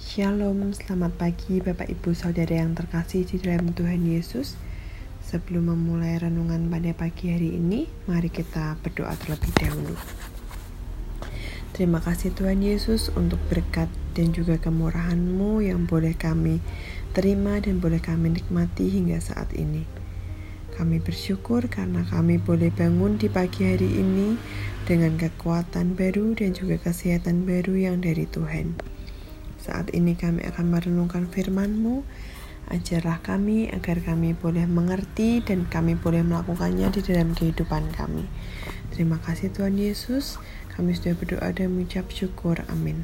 Shalom, selamat pagi Bapak Ibu Saudara yang terkasih di dalam Tuhan Yesus. Sebelum memulai renungan pada pagi hari ini, mari kita berdoa terlebih dahulu. Terima kasih Tuhan Yesus untuk berkat dan juga kemurahan-Mu yang boleh kami terima dan boleh kami nikmati hingga saat ini. Kami bersyukur karena kami boleh bangun di pagi hari ini dengan kekuatan baru dan juga kesehatan baru yang dari Tuhan. Saat ini kami akan merenungkan firman-Mu. Ajarlah kami agar kami boleh mengerti dan kami boleh melakukannya di dalam kehidupan kami. Terima kasih Tuhan Yesus. Kami sudah berdoa dan mengucap syukur. Amin.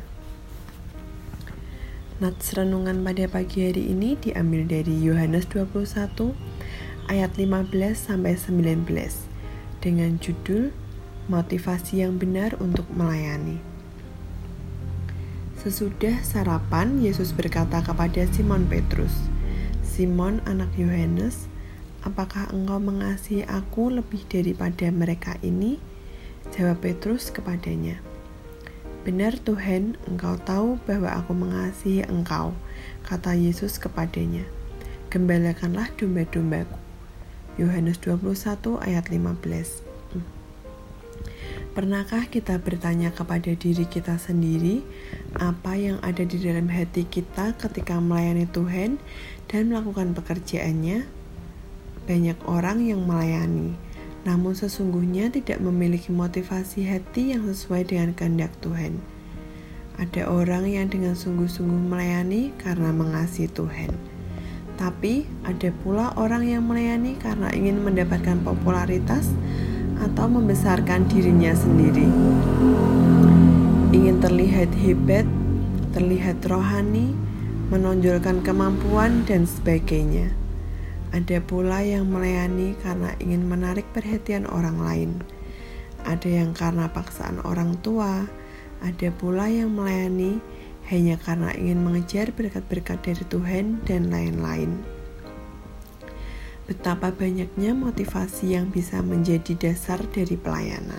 Nats renungan pada pagi hari ini diambil dari Yohanes 21 ayat 15-19 dengan judul Motivasi yang benar untuk melayani. Sesudah sarapan, Yesus berkata kepada Simon Petrus, "Simon, anak Yohanes, apakah engkau mengasihi aku lebih daripada mereka ini?" Jawab Petrus kepadanya, "Benar Tuhan, engkau tahu bahwa aku mengasihi engkau." Kata Yesus kepadanya, "Gembalakanlah domba-dombaku." Yohanes 21 ayat 15. Pernahkah kita bertanya kepada diri kita sendiri, apa yang ada di dalam hati kita ketika melayani Tuhan dan melakukan pekerjaannya? Banyak orang yang melayani, namun sesungguhnya tidak memiliki motivasi hati yang sesuai dengan kehendak Tuhan. Ada orang yang dengan sungguh-sungguh melayani karena mengasihi Tuhan. Tapi ada pula orang yang melayani karena ingin mendapatkan popularitas atau membesarkan dirinya sendiri. Ingin terlihat hebat, terlihat rohani, menonjolkan kemampuan, dan sebagainya. Ada pula yang melayani karena ingin menarik perhatian orang lain. Ada yang karena paksaan orang tua. Ada pula yang melayani hanya karena ingin mengejar berkat-berkat dari Tuhan dan lain-lain. Betapa banyaknya motivasi yang bisa menjadi dasar dari pelayanan.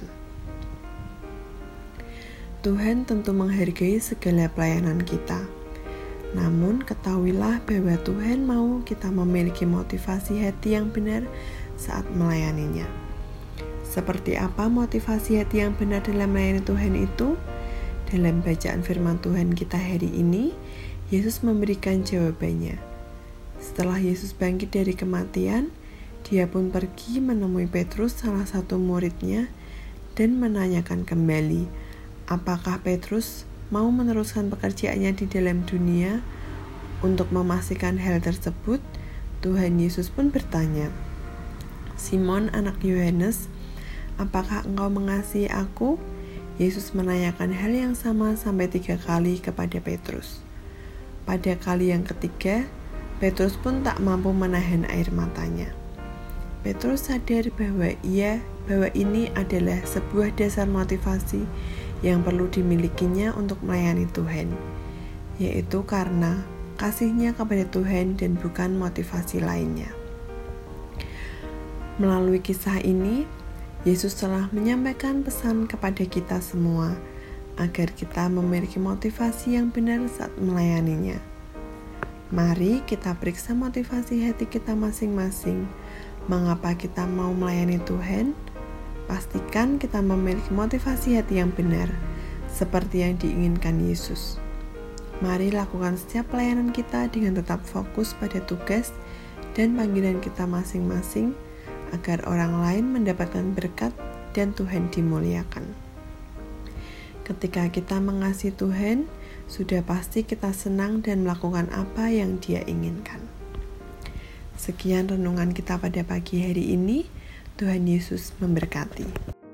Tuhan tentu menghargai segala pelayanan kita. Namun ketahuilah bahwa Tuhan mau kita memiliki motivasi hati yang benar saat melayaninya. Seperti apa motivasi hati yang benar dalam melayani Tuhan itu? Dalam bacaan firman Tuhan kita hari ini, Yesus memberikan jawabannya. Setelah Yesus bangkit dari kematian, dia pun pergi menemui Petrus, salah satu muridnya, dan menanyakan kembali, apakah Petrus mau meneruskan pekerjaannya di dalam dunia. Untuk memastikan hal tersebut, Tuhan Yesus pun bertanya, "Simon, anak Yohanes, apakah engkau mengasihi aku?" Yesus menanyakan hal yang sama sampai 3 kali kepada Petrus. Pada kali yang ketiga, Petrus pun tak mampu menahan air matanya. Petrus sadar bahwa ini adalah sebuah dasar motivasi yang perlu dimilikinya untuk melayani Tuhan, yaitu karena kasihnya kepada Tuhan dan bukan motivasi lainnya. Melalui kisah ini, Yesus telah menyampaikan pesan kepada kita semua agar kita memiliki motivasi yang benar saat melayaninya. Mari kita periksa motivasi hati kita masing-masing. Mengapa kita mau melayani Tuhan? Pastikan kita memiliki motivasi hati yang benar, seperti yang diinginkan Yesus. Mari lakukan setiap pelayanan kita dengan tetap fokus pada tugas dan panggilan kita masing-masing, agar orang lain mendapatkan berkat dan Tuhan dimuliakan. Ketika kita mengasihi Tuhan, sudah pasti kita senang dan melakukan apa yang Dia inginkan. Sekian renungan kita pada pagi hari ini. Tuhan Yesus memberkati.